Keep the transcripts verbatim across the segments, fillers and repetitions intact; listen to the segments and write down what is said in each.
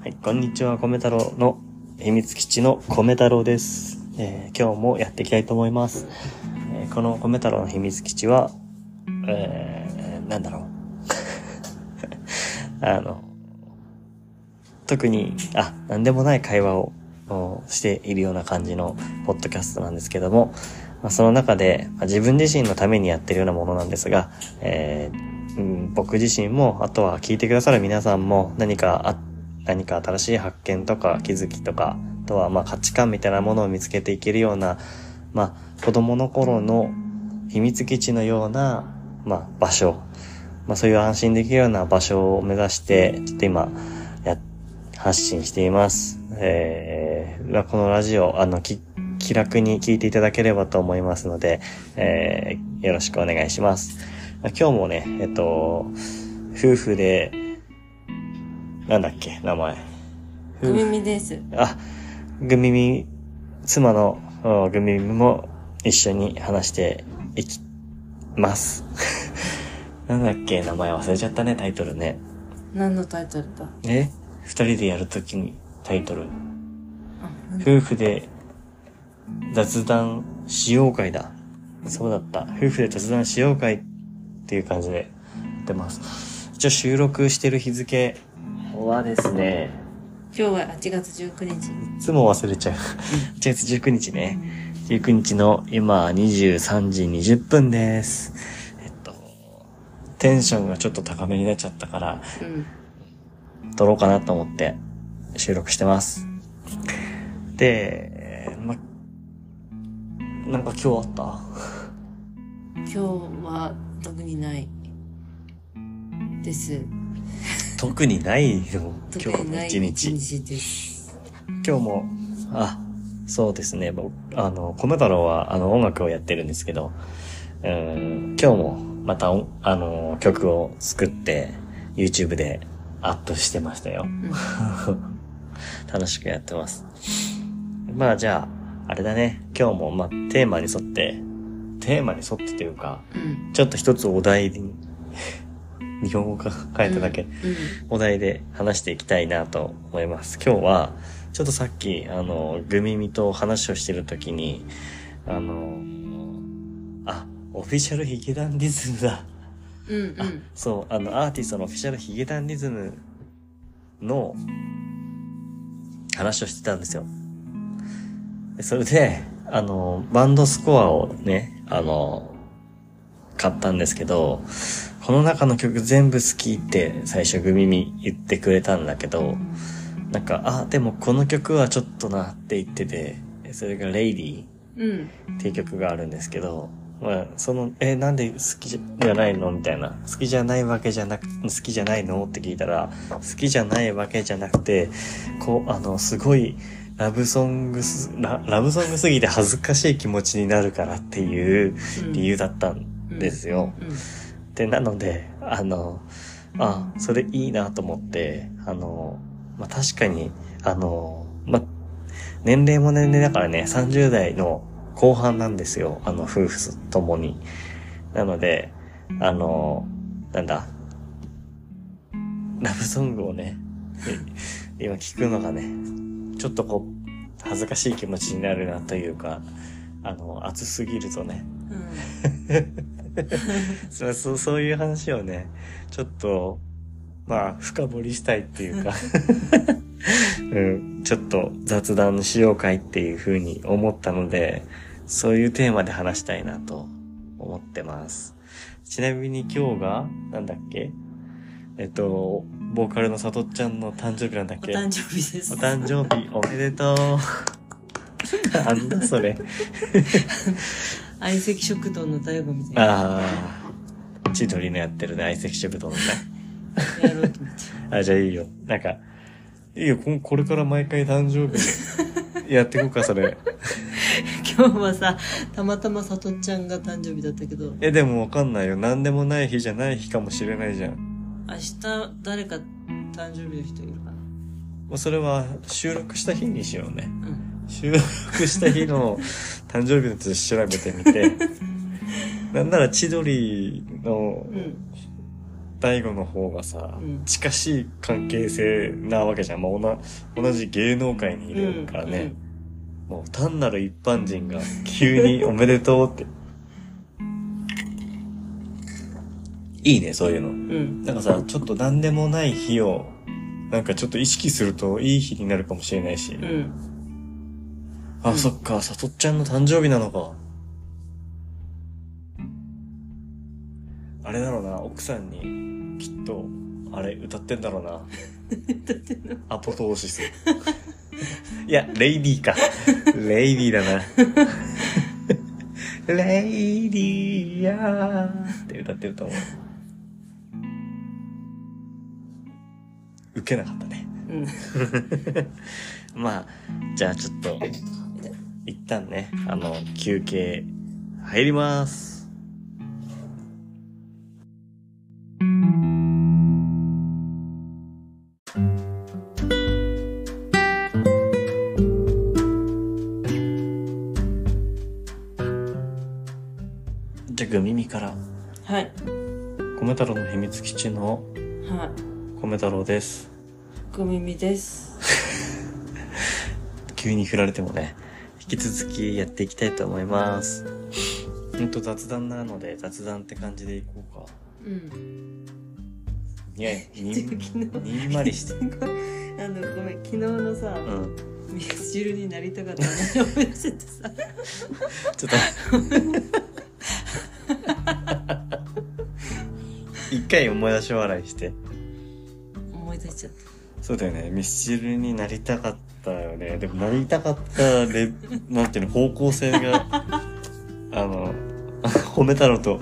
はい、こんにちは、米太郎の秘密基地の米太郎です。えー、今日もやっていきたいと思います。えー、この米太郎の秘密基地は、えー、なんだろう。あの、特に、あ、なんでもない会話をしているような感じのポッドキャストなんですけども、まあ、その中で、まあ、自分自身のためにやってるようなものなんですが、えーうん、僕自身も、あとは聞いてくださる皆さんも何かあ何か新しい発見とか気づきとか、あとはまあ価値観みたいなものを見つけていけるような、まあ子供の頃の秘密基地のような、まあ場所、まあそういう安心できるような場所を目指して、ちょっと今、や、発信しています。えー、このラジオ、あの、き、気楽に聞いていただければと思いますので、えー、よろしくお願いします。今日もね、えっと、夫婦で、なんだっけ、名前。 ぐみみです。 あ、ぐみみ、妻のぐみみも一緒に話していきます。なんだっけ、名前忘れちゃったね、タイトルね。 何のタイトルだ？ え二人でやるときにタイトル。夫婦で雑談しよう会だ。そうだった。夫婦で雑談しよう会っていう感じでやってます。一応収録してる日付はですね、 今日ははちがつじゅうくにち。 いつも忘れちゃう。はちがつじゅうくにちね。じゅうくにちの今にじゅうさんじにじゅっぷんです。えっと、テンションがちょっと高めになっちゃったから、うん、撮ろうかなと思って収録してます。で、ま、なんか今日あった今日は特にないです。 特にないの今日の一日。 一日です。 今日も、あ、そうですね。僕、あの、米太郎は、あの、音楽をやってるんですけど、うーん、今日も、また、あの、曲を作って、YouTube でアップしてましたよ。うん、楽しくやってます。まあ、じゃあ、あれだね。今日も、まあ、テーマに沿って、テーマに沿ってというか、うん、ちょっと一つお題に、日本語が変えただけ、うんうん、お題で話していきたいなと思います。今日は、ちょっとさっき、あの、グミミと話をしてるときに、あの、あ、オフィシャルヒゲダンディズムだ。 うんうん、 あ、そう、あの、アーティストのオフィシャルヒゲダンディズムの話をしてたんですよ。それで、あの、バンドスコアをね、あの、買ったんですけど、この中の曲全部好きって最初グミミ言ってくれたんだけど、なんか、あ、でもこの曲はちょっとなって言ってて、それがレイリーっていう曲があるんですけど、うん、まあ、その、え、なんで好きじゃないのみたいな。好きじゃないわけじゃなく、好きじゃないのって聞いたら、好きじゃないわけじゃなくて、こう、あの、すごい、ラブソングす、ラ、ラブソングすぎて恥ずかしい気持ちになるからっていう理由だったんですよ。うんうんうん、で、なので、あの、あ、それいいなと思って、あの、まあ、確かに、あの、まあ、年齢も年齢だからね、さんじゅうだいの後半なんですよ。あの、夫婦ともに。なので、あの、なんだ、ラブソングをね、今聞くのがね、ちょっとこう、恥ずかしい気持ちになるなというか、あの、熱すぎるとね。うん、そう、そう、そういう話をね、ちょっと、まあ、深掘りしたいっていうか、うん、ちょっと雑談しようかいっていう風に思ったので、そういうテーマで話したいなと思ってます。ちなみに今日が、なんだっけ？えっと、ボーカルのさとっちゃんの誕生日なんだっけ？ お誕生日です。 お誕生日おめでとう。なんだそれ。 相席食堂の大悟みたいな。 ああ、千鳥のやってるね、相席食堂のね。 やろうと思って。 あ、じゃあいいよ。なんか、いいよ、これから毎回誕生日やっていこうか、それ。 今日はさ、たまたまさとっちゃんが誕生日だったけど。 え、でもわかんないよ。なんでもない日じゃない日かもしれないじゃん。 明日、誰か誕生日の人いるかな？もうそれは収録した日にしようね。うん、収録した日の誕生日のやつ調べてみて。なんなら千鳥の、うん、 大悟の方がさ、 うん、 近しい関係性なわけじゃん。まあ、おな同じ芸能界にいるからね、うんうん、もう単なる一般人が急におめでとうっていいね、そういうの、うん、なんかさ、ちょっと何でもない日をなんかちょっと意識するといい日になるかもしれないし、うん、あ、うん、そっか、さとっちゃんの誕生日なのか。あれだろうな、奥さんにきっとあれ歌ってんだろうな。 歌ってんの？ アポトーシス。いや、レイディーか。レイディーだな。レイディーやーって歌ってると思う。受けなかったね。うん、まあ、じゃあちょっと、一旦ね、あの、休憩入ります。じゃあ、グミミから。 はい。 米太郎の秘密基地の、 はい。 米太郎です。 グミミです。 急に振られてもね、引き続きやっていきたいと思います。ほんと雑談なので雑談って感じでいこうか。うん。いや、にん、にんまりして。 あの、ごめん、昨日のさ、うん、ミスチルになりたかった話を思い出せてさ。ちょっと。 一回思い出し笑いして。 思い出しちゃった。 そうだよね。ミスチルになりたかったよね。でもなりたかったで、なんていうの、方向性が、あの、褒めたのと、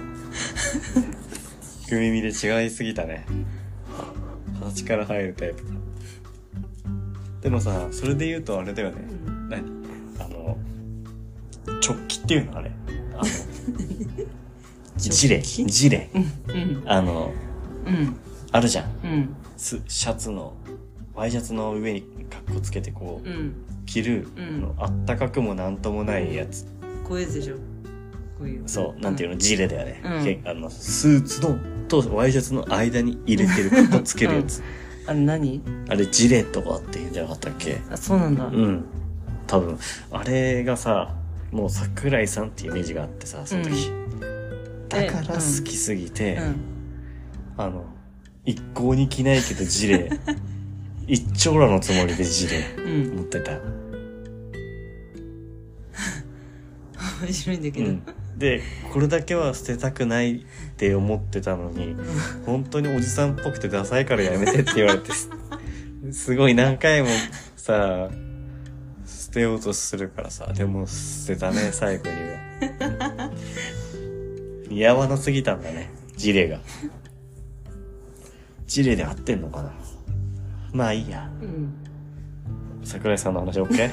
組みで違いすぎたね。形から入るタイプ。でもさ、それで言うとあれだよね。うん、何あの、直帰っていうのあれ。あの、ジレ、ジレ。うん、あの、うん、あるじゃん。うん、シャツの、ワイシャツの上にカッコつけてこう、うん、着る、うん、あったかくもなんともないやつ。 こういうやつでしょ。こういう。 そう、なんていうの、ジレだよね。うん、あの、スーツの、とワイシャツの間に入れてるカッコつけるやつ。 うん、あれ何？ あれジレとかって言うんじゃなかったっけ？ あ、そうなんだ。 うん。多分、あれがさ、もう桜井さんっていうイメージがあってさ、その時。うん、だから好きすぎて、うんうん、あの、一向に着ないけどジレ、一丁羅のつもりでジレ、持ってた。 面白いんだけど。うんで、これだけは捨てたくないって思ってたのに、本当におじさんっぽくてダサいからやめてって言われて、すごい何回もさ、捨てようとするからさ、でも捨てたね、最後には。似合わなすぎたんだね、ジレが。ジレで合ってんのかな？まあいいや。うん、桜井さんの話 OK？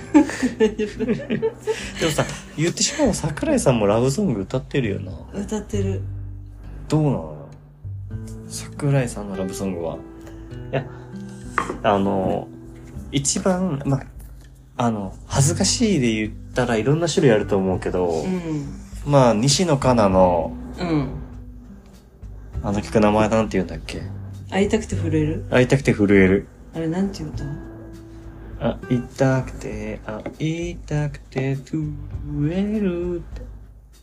でもさ、言ってしまうと桜井さんもラブソング歌ってるよな。 歌ってる。 どうなの？桜井さんのラブソングは。いや、あの、一番、ま、あの、恥ずかしいで言ったらいろんな種類あると思うけど、うん、まあ、西野カナの、うん、あの曲名前なんて言うんだっけ？ 会いたくて震える？ 会いたくて震える。 あれなんていう歌？ 会いたくて、会いたくて、震えるって。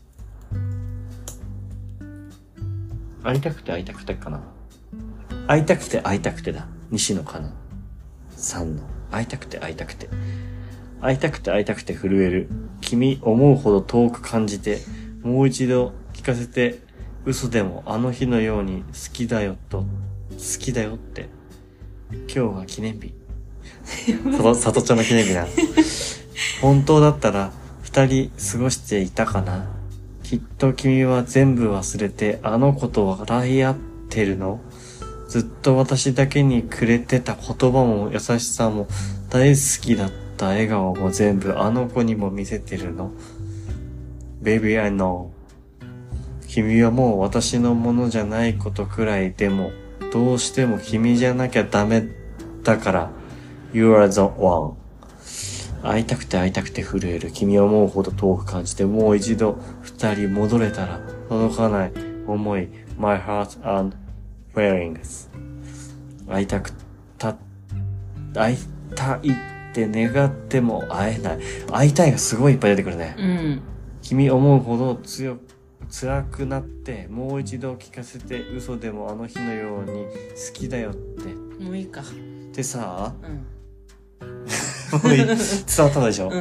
会いたくて会いたくてかな。会いたくて会いたくてだ。西野カナさんの。会いたくて会いたくて。会いたくて会いたくて震える。君思うほど遠く感じて、もう一度聞かせて、嘘でもあの日のように好きだよと、好きだよって。今日は記念日。さと、さとちゃんの記念日な。本当だったら二人過ごしていたかな。きっと君は全部忘れてあの子と笑い合ってるの。ずっと私だけにくれてた言葉も優しさも大好きだった笑顔も全部あの子にも見せてるの。Baby I know。君はもう私のものじゃないことくらいでもどうしても君じゃなきゃダメだから。You are the one. 会いたくて会いたくて震える。君は思うほど遠く感じて、もう一度二人戻れたら届かない思い。My heart and feelings 会いたくた会いたいって願っても会えない。会いたいがすごいいっぱい出てくるね。 うん。 君思うほど強く辛くなってもう一度聞かせて、嘘でもあの日のように好きだよって。 もういいか。 でさ、 うん。 もう伝わったでしょ、 うん。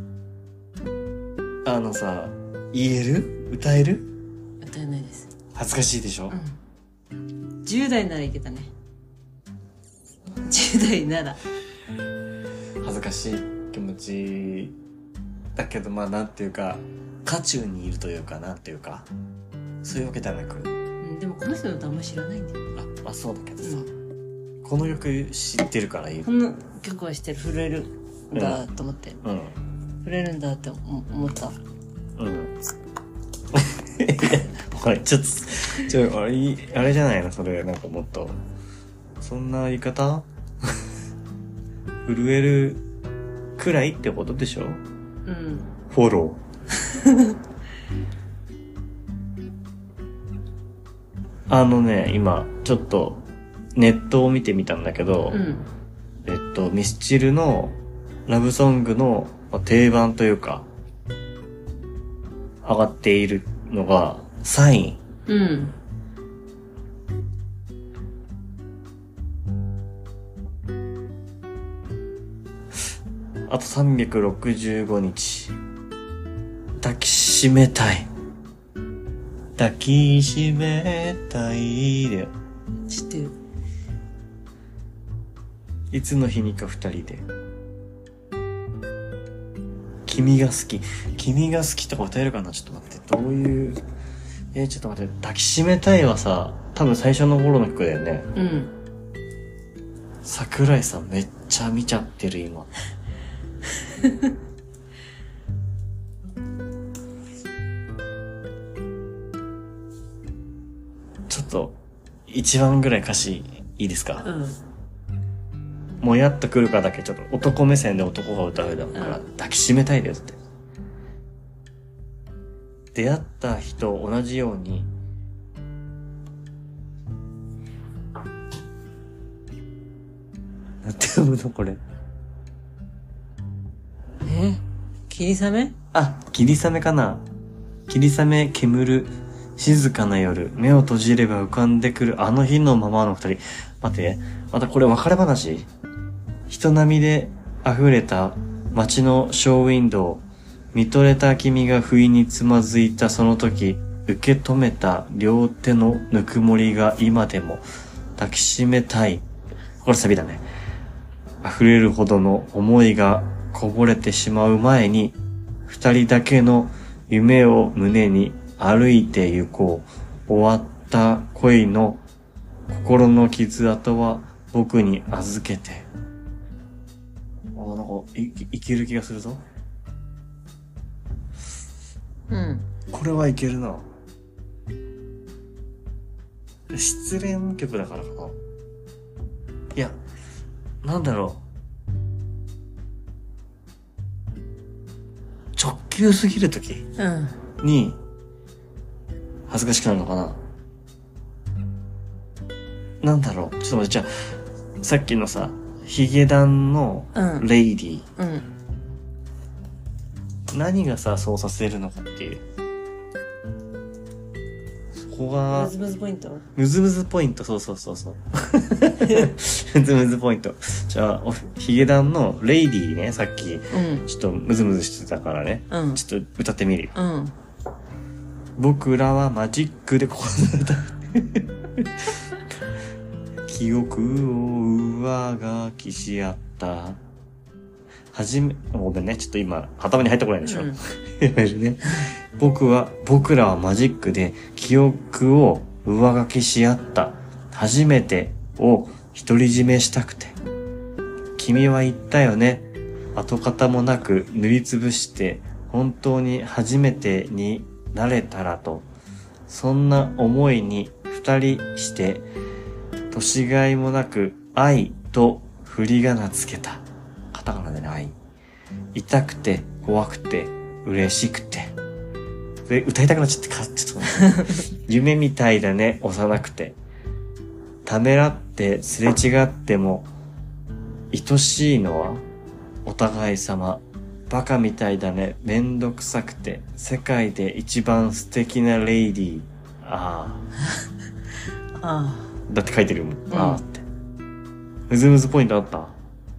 あのさ、言える？歌える？ 歌えないです。 恥ずかしいでしょ、 うん、じゅう代ならいけたね。じゅう代なら恥ずかしい気持ちだけど、まあなんていうか渦中にいるというか、なんていうかそういうわけではなく、 うん、でもこの人の歌あんま知らないんだよ。 あ、まあそうだけどさ、 うん、 この曲知ってるから言う。 この曲は知ってる。震えるんだと思って、 うん、 震えるんだって思った。 うん。おい、ちょっと、ちょ、あれ、あれじゃないのそれ、なんかもっと。そんな言い方震えるくらいってことでしょ？うん。フォロー。あのね、今、ちょっと、ネットを見てみたんだけど、うん、えっと、ミスチルのラブソングの定番というか、上がっているのが、サイン。うん。あとさんびゃくろくじゅうごにち。抱きしめたい。抱きしめたいで。 知ってる。 いつの日にか二人で。君が好き。君が好きとか歌えるかな？ちょっと待って。どういう。えー、ちょっと待って。抱きしめたいはさ、多分最初の頃の曲だよね。うん。桜井さんめっちゃ見ちゃってる今。ちょっと、一番ぐらい歌詞いいですか？うん。もやっとくるかだけちょっと男目線で男が歌うだから、うん、抱きしめたいですって。出会った人同じようになんて読むのこれ。 え？霧雨？ あ、霧雨かな。霧雨煙る静かな夜、目を閉じれば浮かんでくるあの日のままの二人。待って、またこれ別れ話？人波で溢れた街のショーウィンドウ。見とれた君が不意につまずいたその時、受け止めた両手のぬくもりが今でも抱きしめたい。これサビだね。溢れるほどの思いがこぼれてしまう前に、二人だけの夢を胸に歩いて行こう。終わった恋の心の傷跡は僕に預けて。あ、なんかい、いける気がするぞ。うん。これはいけるな。失恋曲だからかな。いや、なんだろう。直球すぎるときに恥ずかしくなるのかな。なんだろう。ちょっと待って、じゃあ、さっきのさ、ヒゲダンのレイディー。うんうん、何がさ、そうさせるのかっていう。そこが。 ムズムズポイントムズムズポイント、そうそうそうそう。ムズムズポイント。じゃあ、ヒゲダンのレイディーね、さっき、うん、ちょっとムズムズしてたからね。うん、ちょっと歌ってみるよ。うん、僕らはマジックでここで歌う。記憶を上書きし合った。はじめ、ごめんね。ちょっと今、頭に入ってこないでしょ。うん、ね、僕は、僕らはマジックで記憶を上書きし合った。初めてを独り占めしたくて。君は言ったよね。跡形もなく塗りつぶして本当に初めてになれたらと。そんな思いに二人して、年がいもなく愛と振り仮名つけた。カタカナでね、愛。痛くて、怖くて、嬉しくて。で、歌いたくなっちゃってか、ちょっと。夢みたいだね、幼くて。 ためらってすれ違っても、愛しいのはお互い様。バカみたいだね。めんどくさくて。世界で一番素敵なレイディー。ああ。 ああ。 だって書いてるもん。 うん、 ああって。ムズムズポイントあった？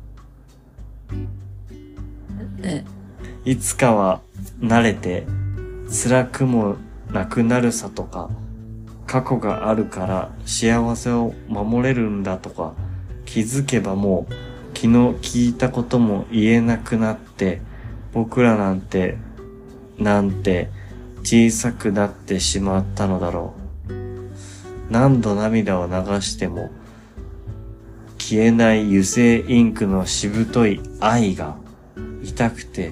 え、 いつかは慣れて辛くもなくなるさとか、過去があるから幸せを守れるんだとか、気づけばもう昨日聞いたことも言えなくなって、僕らなんて、なんて小さくなってしまったのだろう。何度涙を流しても消えない油性インクのしぶとい愛が痛くて、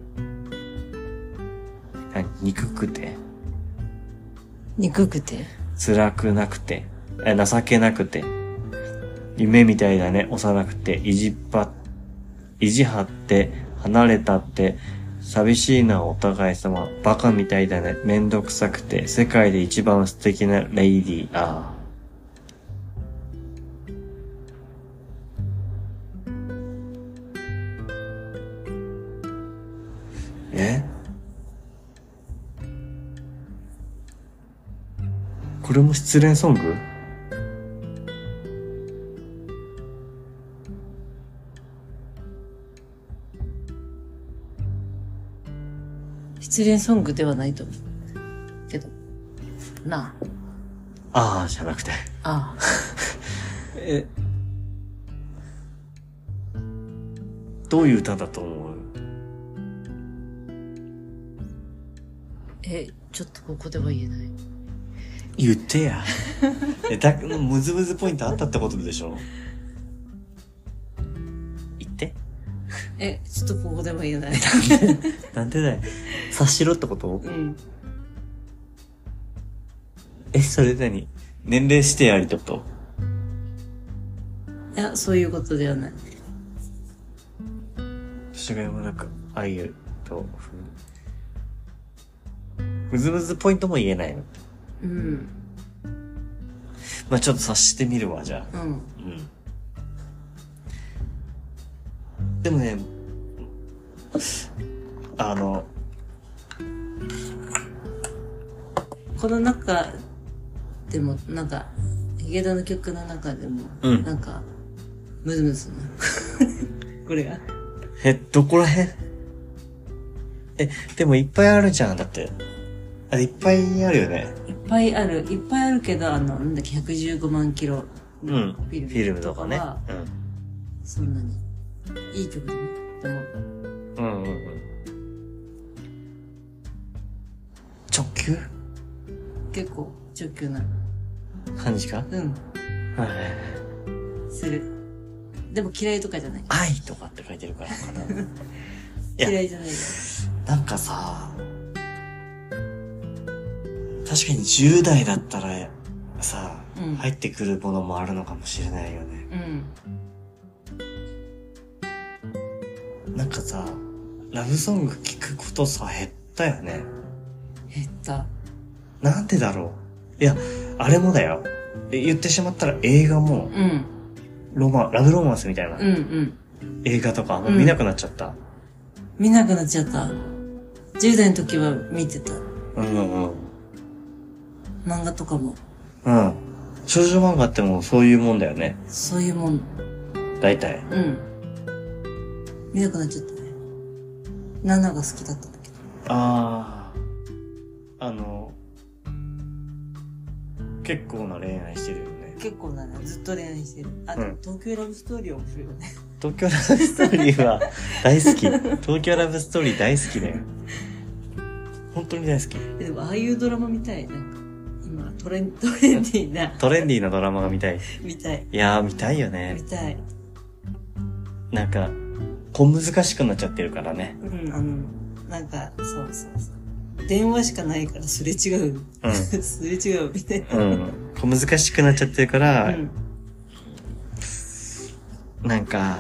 憎くて、 憎くて、 辛くなくて、情けなくて、夢みたいだね、幼くて、意地っぱ、意地張って、離れたって、寂しいなお互い様、バカみたいだね、めんどくさくて、世界で一番素敵なレイディー、ああ。え？これも失恋ソング？ 失恋ソングではないと思うけどなあ。ああじゃなくて。 ああ。 え、どういう歌だと思う？ え、ちょっとここでは言えない。 言ってや。え、だ、ムズムズポイントあったってことでしょ？言って。 え、ちょっとここでは言えない。 なんでだよ。察しろってこと？ うん。 え、それ何？年齢指定ありってこと？ いや、そういうことではない。 私が読まなく、あゆと、ムズムズポイントも言えないの。 うん。 まあちょっと察してみるわ、じゃあ。 うん。うん。 でもね、あの、 この中でも、なんか、ヒゲダの曲の中でも、 うん、 なんか、ムズムズな。これが。 え、どこら辺？え、でもいっぱいあるじゃん、だって。あれいっぱいあるよね。 いっぱいある。いっぱいあるけど、あの、なんだっけ、ひゃくじゅうごまんキロのフィルム、うん、フィルムとかね。うん。 そんなに、いい曲だね、って思う。 うんうんうん。直球？ 結構、直球な感じか？ うん。 はい。 する。でも嫌いとかじゃない。 愛とかって書いてるからかな。 嫌いじゃないよ。 なんかさ、確かにじゅう代だったらさ、うん、入ってくるものもあるのかもしれないよね。うん。なんかさ、ラブソング聞くことさ、減ったよね。 減った。 なんでだろう。いや、あれもだよ。言ってしまったら映画も、うん、ロマン、ラブロマンスみたいな、うんうん、映画とかもう見なくなっちゃった、うん。 見なくなっちゃった。じゅう代の時は見てた。うんうんうん。漫画とかも。 うん。少女漫画ってもうそういうもんだよね。 そういうもん。 大体。 うん。見なくなっちゃったね。ナナが好きだったんだけど。 ああ。あの、結構な恋愛してるよね。 結構な、ずっと恋愛してる。あ、うん、東京ラブストーリー面白いよね。 東京ラブストーリーは大好き。東京ラブストーリー大好きだよ。本当に大好き。 でもああいうドラマ見たい。なんか今トレン、トレンディーな。 トレンディーなドラマが見たい。 見たい。 いやー見たいよね。 見たい。 なんか、小難しくなっちゃってるからね。 うん、あの、なんか、そうそうそう。電話しかないからすれ違う。うん。すれ違うみたいな。 うん。小難しくなっちゃってるから、うん、なんか、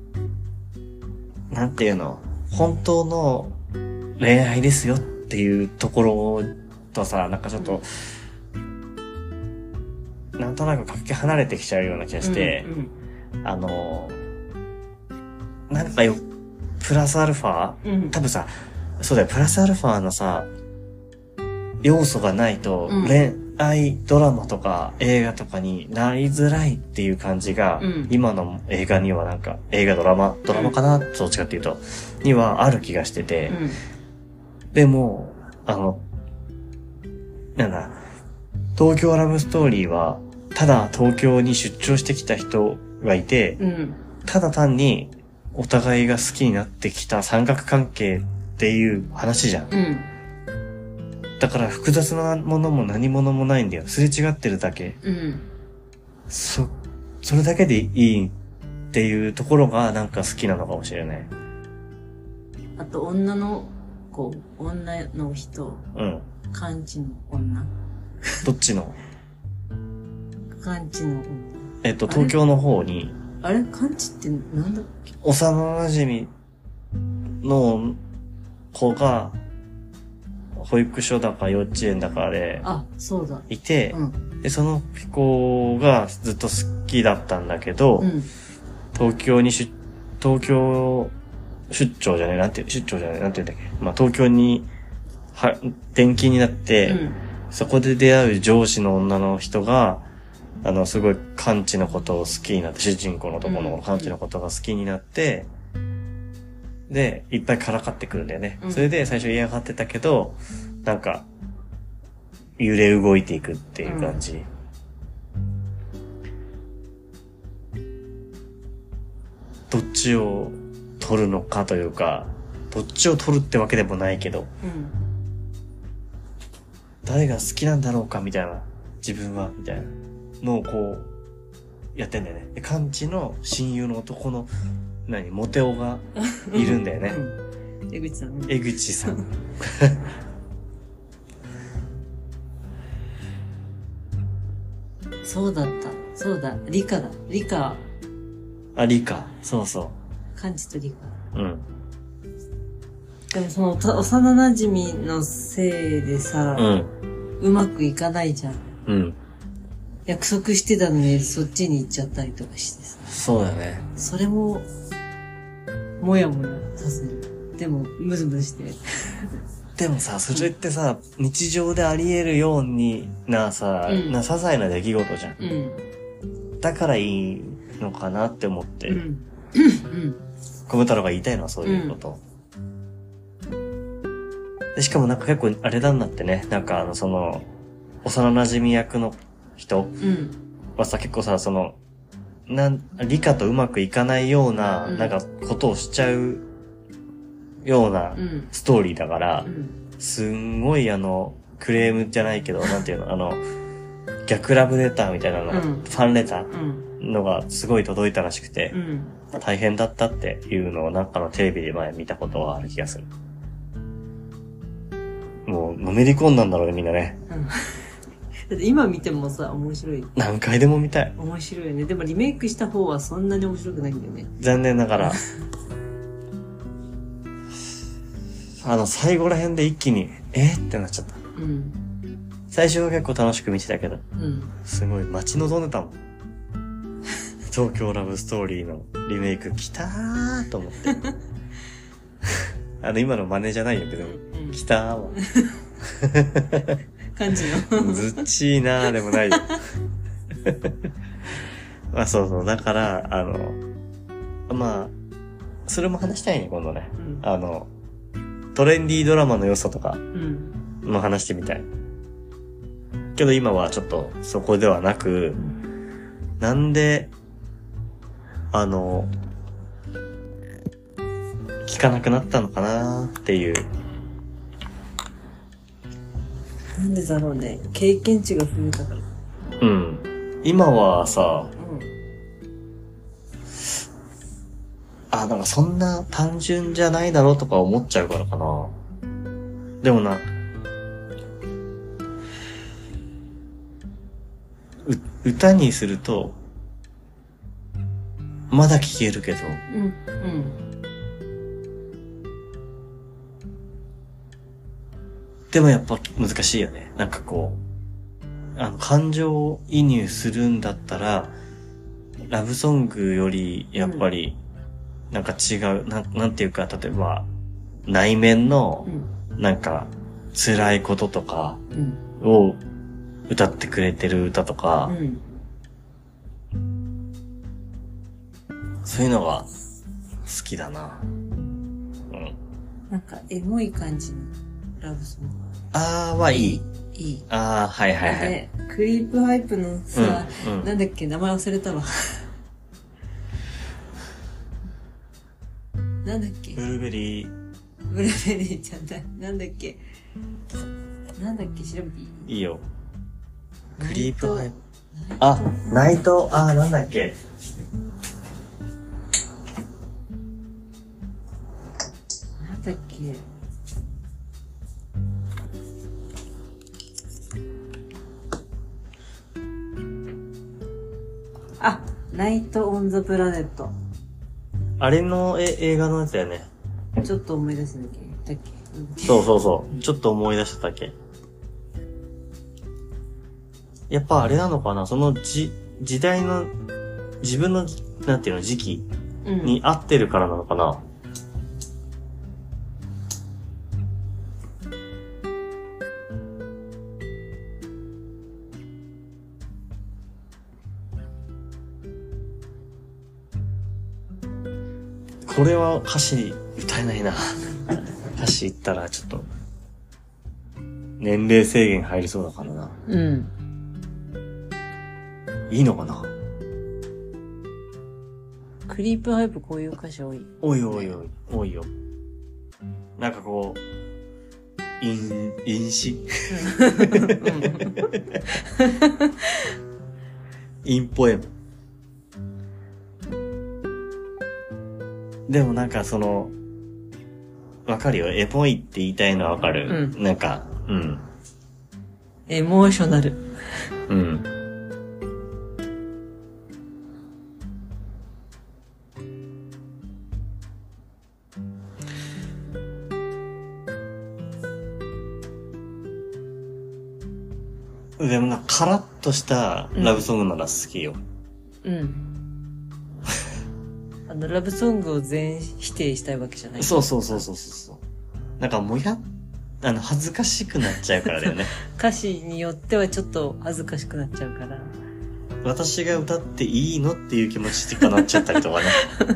なんていうの、本当の恋愛ですよっていうところとさ、なんかちょっと、 なんとなくかけ離れてきちゃうような気がして、 うんうん、 あの、なんかよ、プラスアルファ、 うん、 多分さ、そうだよ、プラスアルファのさ、要素がないと、 うん、 恋愛ドラマとか映画とかになりづらいっていう感じが、うん、今の映画にはなんか、映画ドラマ、ドラマかな、うん、どっちかっていうと、にはある気がしてて、うん、でも、あの、なんだ、東京ラブストーリーは、ただ東京に出張してきた人がいて、うん、ただ単にお互いが好きになってきた三角関係っていう話じゃん。うん、だから複雑なものも何者もないんだよ。すれ違ってるだけ。うん、そ、それだけでいいっていうところがなんか好きなのかもしれない。 あと女の子、女の人。うん。漢字の女。 どっちの漢字の女。 えっと、東京の方に。 あれ漢字ってなんだっけ？ 幼馴染の子が、保育所だか幼稚園だかで、 あ、そうだ。 いて、うん、で、その子がずっと好きだったんだけど、うん、東京に出、東京出張じゃねえ、なんて、出張じゃねえ、なんて言うんだっけ。まあ、東京に、は、転勤になって、うん、そこで出会う上司の女の人が、あの、すごい、カチのことを好きになって、主人公のところのカチのことが好きになって、うん、で、いっぱいからかってくるんだよね。うん、それで最初嫌がってたけど、なんか、揺れ動いていくっていう感じ。うん、どっちを取るのかというか、どっちを取るってわけでもないけど、うん、誰が好きなんだろうかみたいな、自分は、みたいなのをこう、やってんだよね。で、カンチの親友の男の、何、モテオがいるんだよね。 うん、江口さん。 江口さん。 そうだった。そうだ。理科だ。理科。 あ、理科。そうそう。 カンチと理科。うん。でもその、幼馴染のせいでさ、うん、うまくいかないじゃん。うん。約束してたのにそっちに行っちゃったりとかしてさ。 そうだね。 それも、もやもやさせる。でも、ムズムズして。 でもさ、それってさ、うん、日常であり得るようになさ、うん、な些細な出来事じゃん。うん。だからいいのかなって思って。うん。うん。小太郎が言いたいのはそういうこと。うん、でしかもなんか結構あれなんだってね、なんかあのその、幼馴染役の人はさ、うん、結構さ、その、なん、理科とうまくいかないような、うん、なんかことをしちゃうようなストーリーだから、うん、すんごいあの、クレームじゃないけど、なんていうの、あの、逆ラブレターみたいなのが、うん、ファンレターのがすごい届いたらしくて、うん、大変だったっていうのをなんかのテレビで前見たことがある気がする。もう、のめり込んだんだろうね、みんなね。うんだって今見てもさ、面白い。 何回でも見たい。 面白いよね。でもリメイクした方はそんなに面白くないんだよね。 残念ながら。あの、最後ら辺で一気に、えってなっちゃった。うん。最初は結構楽しく見てたけど。うん。すごい待ち望んでたもん。東京ラブストーリーのリメイク来たーと思って。あの、今の真似じゃないよ、けど、うん、来たーわ。 感じのずっちーなーでもないよ。まあそうそう。だから、あの、まあ、それも話したいね、今度ね。うん、あの、トレンディードラマの良さとかも話してみたい。うん、けど今はちょっとそこではなく、うん、なんで、あの、聞かなくなったのかなっていう。 なんでだろうね。経験値が増えたから。 うん。今はさ、うん、あ、なんかそんな単純じゃないだろうとか思っちゃうからかな。でもな、う、歌にすると、まだ聴けるけど、うん、うん。でもやっぱ難しいよね。なんかこう、 あの、感情移入するんだったら、ラブソングより、やっぱり、なんか違う、うん、な、なんていうか、例えば、内面の、なんか、辛いこととか、を歌ってくれてる歌とか、うん、そういうのが好きだな。うん。 なんか、エモい感じのラブソング。 あーはいい。 いい。 あー、はいはいはい。で、 クリープハイプのさ、うんうん、なんだっけ、名前忘れたわ。なんだっけ。 ブルーベリー。 ブルーベリーじゃない。なんだっけ。なんだっけ、調べていい？ いいよ。クリープハイプ。あ、ナイト、あー、なんだっけ。 なんだっけ。あ、ナイト・オン・ザ・プラネット。 あれのえ映画のやつだよね。 ちょっと思い出すだけだっけそうそうそう。ちょっと思い出しただけ。やっぱあれなのかな、そのじ、時代の、自分の、なんていうの、時期に合ってるからなのかな。うんこれは歌詞歌えないな。歌詞言ったらちょっと年齢制限入りそうだからな。うん。いいのかな。 クリープハイプこういう歌詞多い。 多い多い多い多いよ。なんかこう韻韻詞。韻ポエム。でもなんかその、わかるよ。エモいって言いたいのはわかる。うん、なんか、うん。 エモーショナル。うん。 でもなんかカラッとしたラブソングなら好きよ。うん。うんあの、ラブソングを全否定したいわけじゃない。 そうそうそうそうそう。なんかもや、あの、恥ずかしくなっちゃうからだよね。 歌詞によってはちょっと恥ずかしくなっちゃうから。 私が歌っていいのっていう気持ちとかなっちゃったりとかね。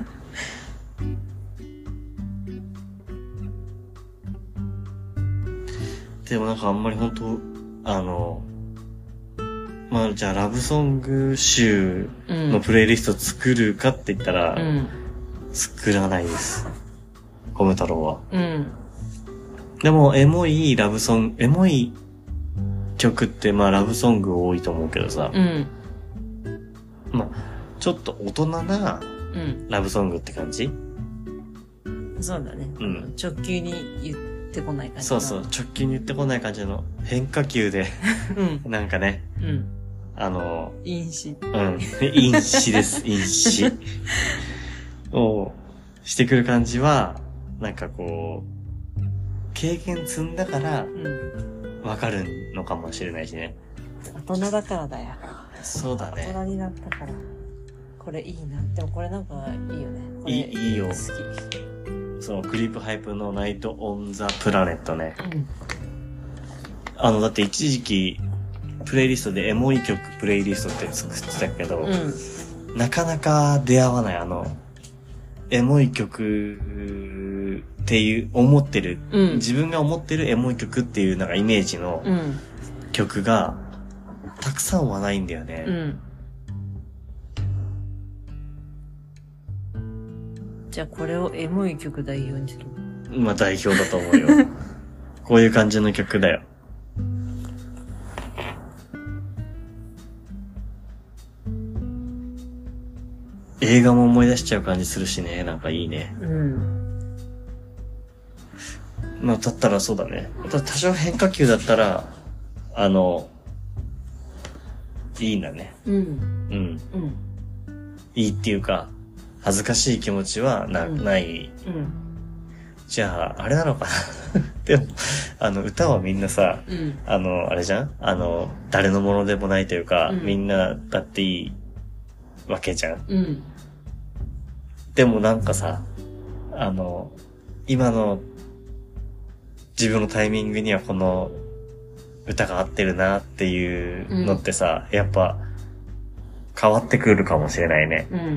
でもなんかあんまり本当あの、まあじゃあラブソング集のプレイリスト作るかって言ったら、うん、作らないです。コム太郎は。うん。でもエモいラブソング、エモい曲ってまあラブソング多いと思うけどさ、うん、まあちょっと大人なラブソングって感じ？ うん、そうだね。うん。直球に言ってこない感じ。 そうそう、直球に言ってこない感じの変化球で、うん、なんかね。うんあの、 飲酒。 うん。飲酒です、飲酒。をしてくる感じは、なんかこう、経験積んだから、わかるのかもしれないしね。 大人だからだよ。 そうだね。 大人になったから。これいいな。でもこれなんかいいよね。 いい、いいよ。好き。そう、クリープハイプのナイト・オン・ザ・プラネットね。うん、あの、だって一時期、プレイリストでエモい曲プレイリストって作ってたけど、うん、なかなか出会わないあの、エモい曲っていう思ってる、うん、自分が思ってるエモい曲っていうなんかイメージの曲がたくさんはないんだよね。うん、 じゃあこれをエモい曲代表にする？ まあ代表だと思うよ。こういう感じの曲だよ。映画も思い出しちゃう感じするしね、なんかいいね。うん。まあ、だったらそうだね。多少変化球だったら、あの、いいんだね。うん。うん。うん。いいっていうか、恥ずかしい気持ちはな、うん、ない。うん。 じゃあ、あれなのかなでも、あの、歌はみんなさ、うん、あの、あれじゃんあの、誰のものでもないというか、うん、みんなだっていいわけじゃん。うん、でもなんかさ、あの、今の自分のタイミングにはこの歌が合ってるなっていうのってさ、うん、やっぱ変わってくるかもしれないね。うん、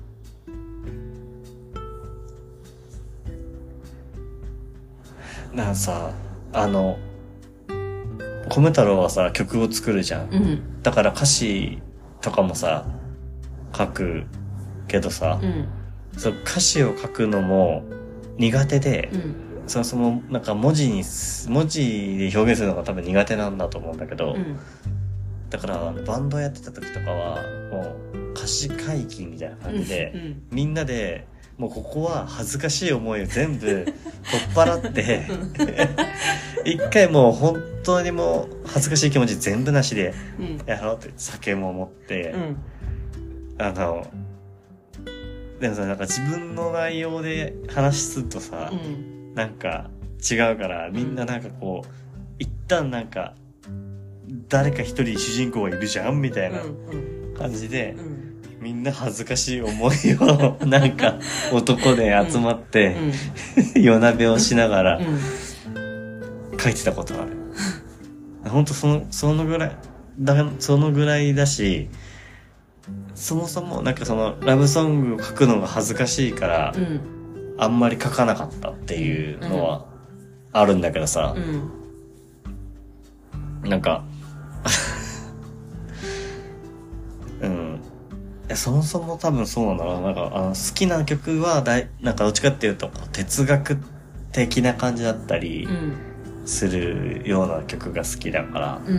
だからさ、あの、米太郎はさ、曲を作るじゃん。うん、だから歌詞とかもさ、書くけどさ、うん、そう歌詞を書くのも苦手で、うん、そもそもなんか文字に、文字で表現するのが多分苦手なんだと思うんだけど、うん、だからバンドやってた時とかは、もう歌詞解禁みたいな感じで、うんうん、みんなで、もうここは恥ずかしい思いを全部取っ払って一回もう本当にもう恥ずかしい気持ち全部なしでやろうって酒も持って、うん、あのでもさなんか自分の内容で話するとさ、うん、なんか違うからみんななんかこう一旦なんか誰か一人主人公がいるじゃんみたいな感じで、うんうんみんな恥ずかしい思いをなんか男で集まって、うん、夜なべをしながら書いてたことある。ほんとその、そのぐらい、だ、そのぐらいだし、そもそもなんかそのラブソングを書くのが恥ずかしいから、うん、あんまり書かなかったっていうのはあるんだけどさ、うん、なんか、うん。そもそも多分そうなんだろうな。なんかあの好きな曲はだいなんかどっちかっていうと哲学的な感じだったりするような曲が好きだから、うん、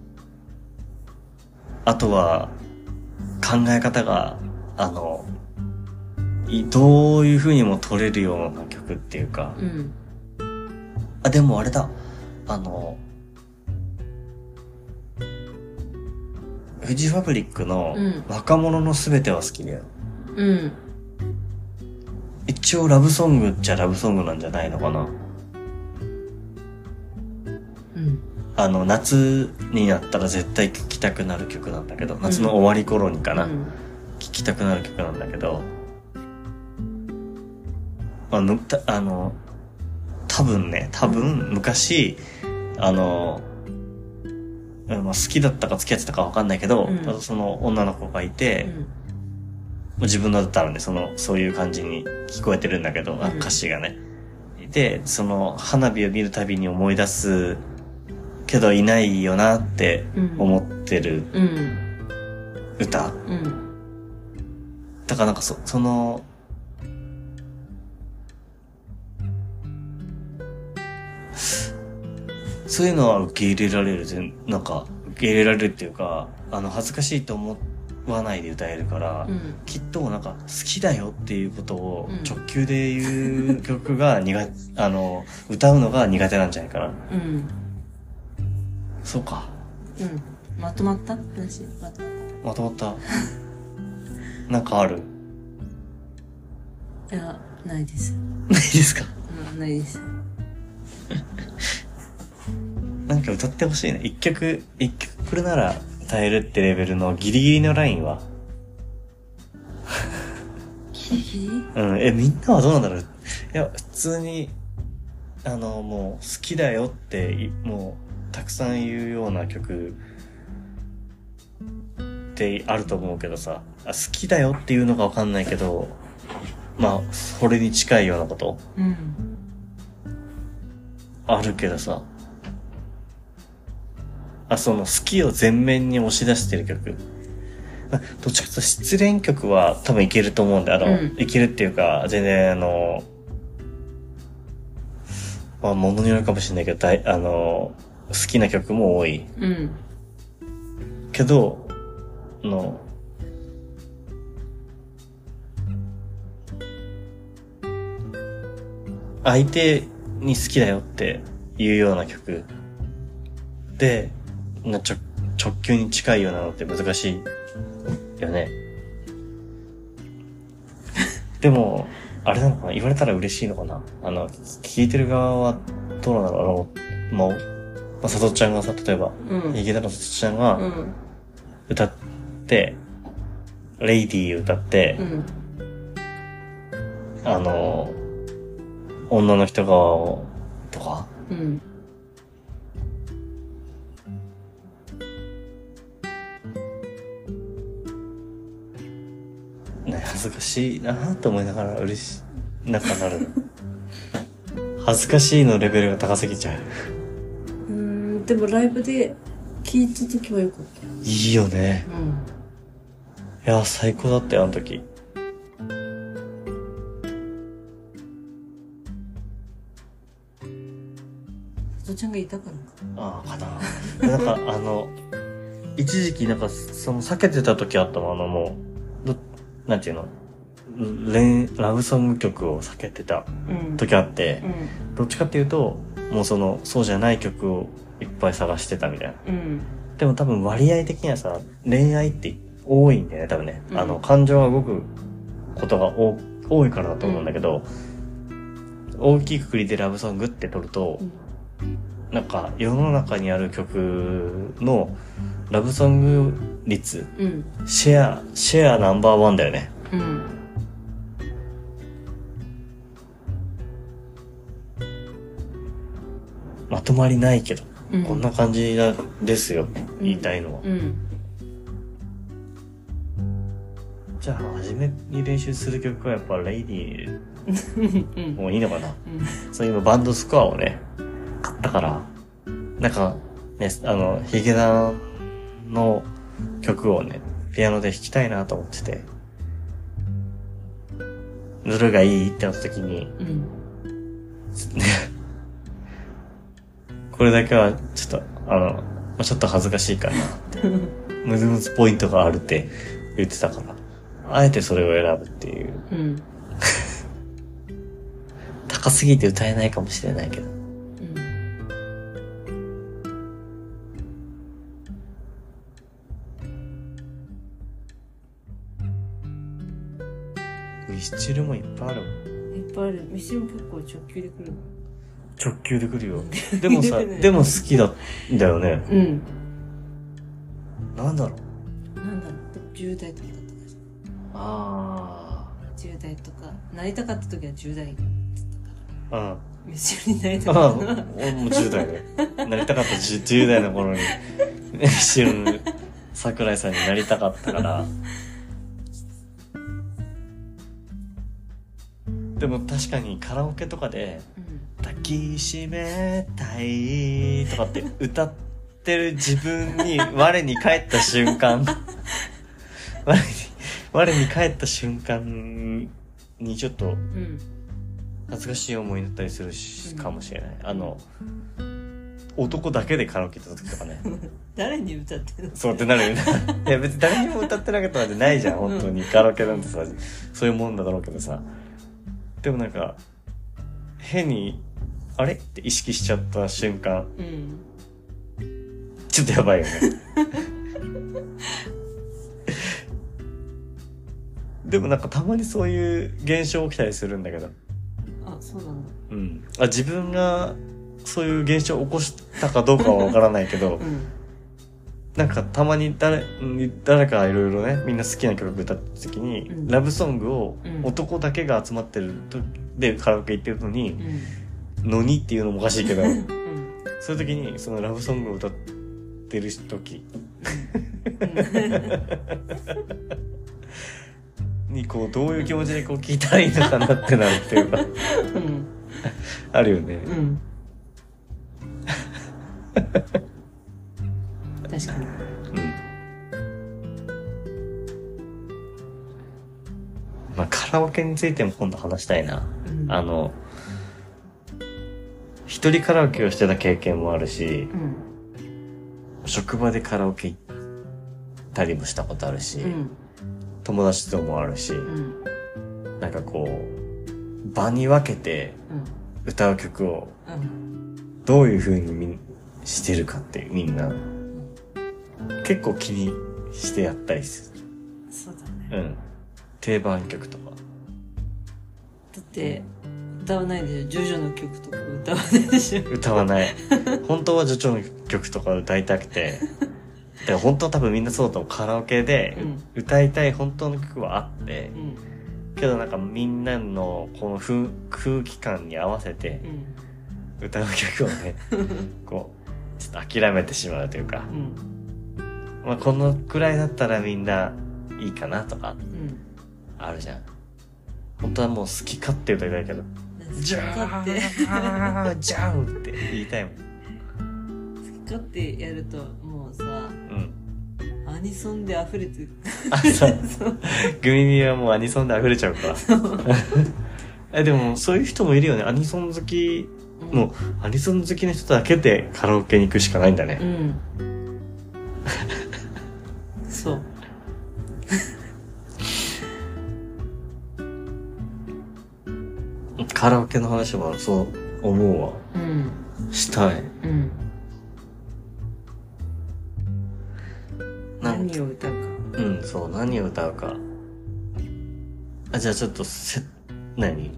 あとは考え方があのどういう風にも取れるような曲っていうか、うん、あでもあれだあのフジファブリックの若者のすべては好きだよ。うん。一応ラブソングっちゃラブソングなんじゃないのかな。うん。あの、夏になったら絶対聴きたくなる曲なんだけど、夏の終わり頃にかな。うん、聴きたくなる曲なんだけど、あの、たあの多分ね、多分昔、あの、まあ、好きだったか付き合ってたか分かんないけど、うん、その女の子がいて、うん、自分のだったらね、その、そういう感じに聞こえてるんだけど、うん、歌詞がね。で、その、花火を見るたびに思い出すけどいないよなって思ってる歌。うんうん、だからなんかそ、その、そういうのは受け入れられる、なんか、受け入れられるっていうか、あの、恥ずかしいと思わないで歌えるから、うん、きっとなんか、好きだよっていうことを直球で言う曲が苦手、あの、歌うのが苦手なんじゃないかな。うん。そうか。 うん。まとまった話まとまった。まとまった。なんかある？ いや、ないです。 ないですか？ うん、ないです。 なんか歌ってほしいね。一曲、一曲これなら歌えるってレベルのギリギリのラインはギリギリ？ うん。え、みんなはどうなんだろう？いや、普通に、あの、もう好きだよって、もうたくさん言うような曲ってあると思うけどさ、あ好きだよっていうのかわかんないけど、まあ、それに近いようなこと、うん、あるけどさ、あ、その好きを前面に押し出してる曲。どっちかというと失恋曲は多分いけると思うんで、あの、うん、いけるっていうか、全然あの、まあ、ものによるかもしれないけど、大あの、好きな曲も多い。うん。けど、あの、相手に好きだよっていうような曲で、なちょ直球に近いようなのって難しいよね。でも、 あれなのかな、言われたら嬉しいのかな。あの、聞いてる側はどうなんだろう。あの、まあ、まあ、さとちゃんがさ、例えば、うん、池田のさとちゃんが、歌って、うん、レイディー歌って、うん、あの、女の人側とか、うん、ね、恥ずかしいなぁと思いながら嬉しい、なんかなる。恥ずかしいのレベルが高すぎちゃう。 うーん、でもライブで聴いた時はよかった。 いいよね。うん。いや、最高だったよ、あの時。 さとちゃんがいたからか。 ああ、かな。なんか、あの、一時期なんか、その、避けてた時あったの、あの、もう、ど、なんていうのレラブソング曲を避けてた時あって、うんうん、どっちかっていうと、もうその、そうじゃない曲をいっぱい探してたみたいな。うん、でも多分割合的にはさ、恋愛って多いんだよね、多分ね。うん、あの、感情が動くことが多多いからだと思うんだけど、うん、大きいくくりでラブソングって取ると、うん、なんか世の中にある曲のラブソング率、うん、シェア、シェアナンバーワンだよね。うん、まとまりないけど、うん、こんな感じですよ、言いたいのは。うんうん、じゃあ、初めに練習する曲はやっぱレイディーもういいのかな、うん、そういうバンドスコアをね、買ったから、なんか、ね、あの、ヒゲダンの曲をね、ピアノで弾きたいなと思ってて、どれがいいってなった時に、うん、ね、これだけはちょっと、あの、まあ、ちょっと恥ずかしいかなって、ムズムズポイントがあるって言ってたから、あえてそれを選ぶっていう。うん、高すぎて歌えないかもしれないけど。ミスチルもいっぱいあるもん。 いっぱいある。ミスチルも結構直球で来るの。 直球で来るよ。でもさ、でも好きだ、だよね。うん。なんだろう。なんだろう。じゅう代とかだったから。ああ。じゅう代とか。なりたかった時はじゅう代だったから。うん。ミスチルになりたかったのは。 俺もじゅう代ね。なりたかった 10, じゅう代の頃に、ミスチルの桜井さんになりたかったから。でも確かにカラオケとかで、うん、抱きしめたいとかって歌ってる自分に我に返った瞬間我に我に返った瞬間にちょっと恥ずかしい思いになったりするし、うん、かもしれない。あの男だけでカラオケ行った時とかね誰に歌ってるのそうってなるよねいや別に誰にも歌ってなかったわけじゃないじゃん本当に、うん、カラオケなんてさそういうもんだろうけどさ、でもなんか変にあれって意識しちゃった瞬間、うん、ちょっとやばいよねでもなんかたまにそういう現象起きたりするんだけど。 あ、そうなんだ。 うん。あ、自分がそういう現象を起こしたかどうかはわからないけど、うん、なんかたまに誰誰かいろいろねみんな好きな曲歌った時に、うん、ラブソングを男だけが集まってるとでカラオケ行ってるのに、うん、のにっていうのもおかしいけど、うん、そういう時にそのラブソングを歌ってる時、にこうどういう気持ちでこう聞いたらいいのかなってなるっていうか、うん、あるよね。うん、 確かに。 うん。まあカラオケについても今度話したいな。うん、あの一人カラオケをしてた経験もあるし、うん、職場でカラオケ行ったりもしたことあるし。うん、友達ともあるし、うん、なんかこう場に分けて歌う曲をどういう風にしてるかってみんな結構気にしてやったりする。 そうだね。うん。 定番曲とか。 だって、歌わないでしょ。ジョジョの曲とか歌わないでしょ。 歌わない。本当はジョジョの曲とか歌いたくて。でも本当は多分みんなそうだと思う。カラオケで歌いたい本当の曲はあって、うん、けどなんかみんなのこの空気感に合わせて歌う曲をね、こう、ちょっと諦めてしまうというか、うん、まあこのくらいだったらみんないいかなとか、うん、あるじゃん。本当はもう好き勝手歌いたいけど、じゃーじゃんって言いたいもん。 好き勝手やるともうさ、うん、アニソンで溢れてる。 あ、そう。グミミはもうアニソンで溢れちゃうから。え、でもそういう人もいるよね。アニソン好き、うん、もうアニソン好きの人だけでカラオケに行くしかないんだね。うん。 そう。 カラオケの話はそう思うわ。うん。したい。うん。 何を歌うか。 うん、そう、何を歌うか。あ、じゃあちょっとせ、何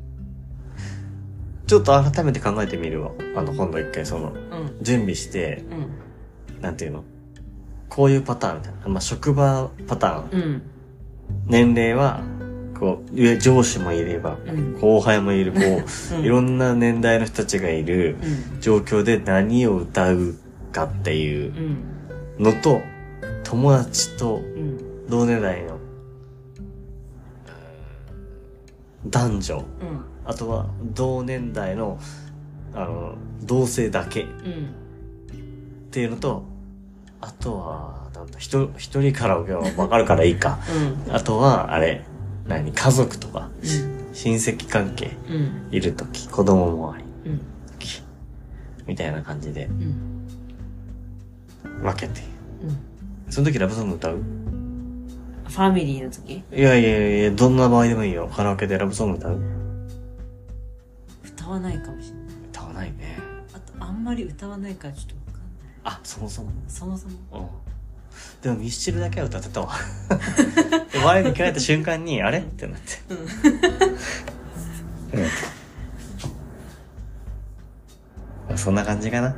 ちょっと改めて考えてみるわ。あの、今度一回その、うん、準備して、うん、なんていうのこういうパターンみたいな。まあ、職場パターン。うん、年齢は、こう、上、上司もいれば、うん、後輩もいる、こう、うん、いろんな年代の人たちがいる状況で何を歌うかっていうのと、友達と同年代の、うん、男女、うん、あとは同年代の、あの、同性だけ、うん、っていうのと、あとは、なんだ、一人カラオケはわかるからいいか。うん、あとは、あれ、何、家族とか、うん、親戚関係、いるとき、子供もあり、うん、みたいな感じで、うん、分けて。うんその時ラブソング歌う？ ファミリーの時？ いやいやいや、どんな場合でもいいよ。カラオケでラブソング歌う？ 歌わないかもしれない。 歌わないね。 あと、あんまり歌わないからちょっとわかんない。 あ、そもそも。 そもそも。うん。 でもミスチルだけは歌ってたわ。前に聞かれた瞬間に、あれってなって。うん。うん。そんな感じかな。うん、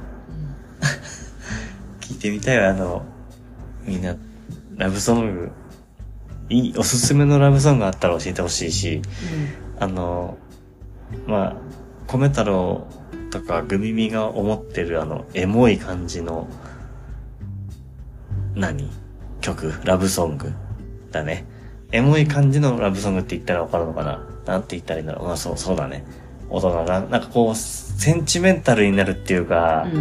聞いてみたいわ、あの、みんな、ラブソング、いい、おすすめのラブソングあったら教えてほしいし、うん、あの、まあ、米太郎とかグミミが思ってるあの、エモい感じの、何曲ラブソングだね。エモい感じのラブソングって言ったらわかるのかななんて言ったらいいんだろうまあそう、そうだね。大人な、なんかこう、センチメンタルになるっていうか、うん、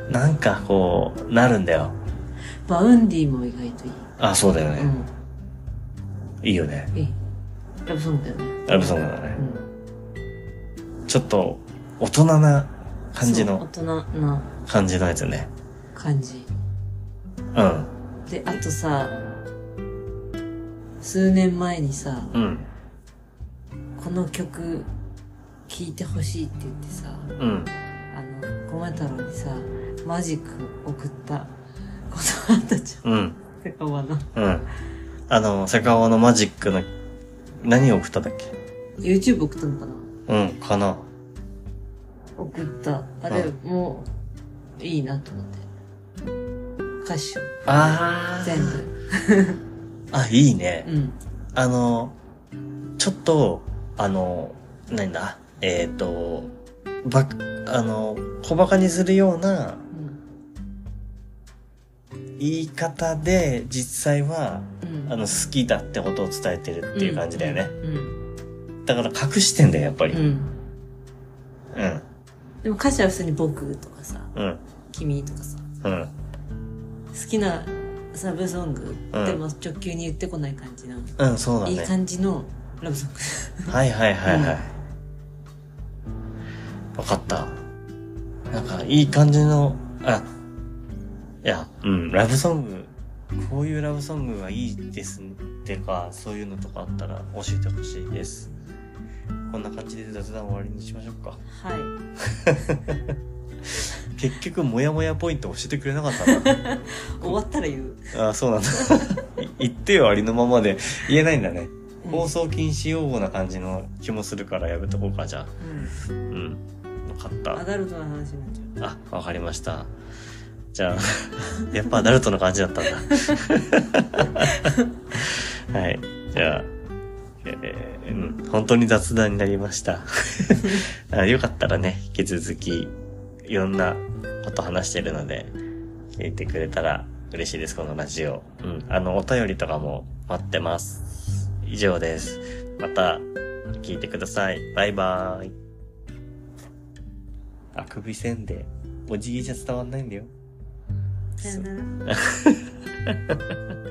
なんかこう、なるんだよ。 バウンディも意外といい。 あ、そうだよね。うん、いいよね。 いい。ラブソングだよね。 ラブソングだね。うん、ちょっと、大人な感じの。 大人な。 感じのやつね。 感じ。 うん。 で、あとさ、数年前にさ、うん、この曲聴いてほしいって言ってさ、うん、あの、米太郎にさ、マジック送ったことあったじゃん。うん。セカオワの。 うん。あの、セカオワのマジックの、何を送ったんだっけ ?YouTube 送ったのかなうん、かな。 送った。あれ、うん、もう、いいなと思って。歌詞を。ああ。全部。 あ、いいね。うん。あの、ちょっと、あの、何だえっ、ー、と、ば、あの、小馬鹿にするような、言い方で実際は、うん、あの好きだってことを伝えてるっていう感じだよね、うんうん、だから隠してんだよやっぱり、うん、 うん、でも歌詞は普通に僕とかさ、うん、君とかさ、うん、好きなラブソング、うん、でも直球に言ってこない感じの、 うん、そうだね、 いい感じのラブソングはいはいはいはい、分かった。なんかいい感じのあいや、うん、ラブソング、こういうラブソングがいいですってか、そういうのとかあったら教えてほしいです。こんな感じで雑談終わりにしましょうか。 はい。 結局、もやもやポイント教えてくれなかったな。 終わったら言う。 ああ、そうなんだ。言ってよ、ありのままで。言えないんだね。 放送禁止用語な感じの気もするからやめとこうか、じゃあ。うん。うん。よかった。 アダルトな話になっちゃう。あ、わかりました。じゃあ、やっぱアダルトな感じだったんだ。はい。じゃあ、えー、うん、本当に雑談になりました。あ、よかったらね、引き続き、いろんなこと話してるので、聞いてくれたら嬉しいです、このラジオ。うん。あの、お便りとかも待ってます。以上です。また、聞いてください。バイバーイ。あくびせんで、お辞儀じゃ伝わんないんだよ。 さよなら。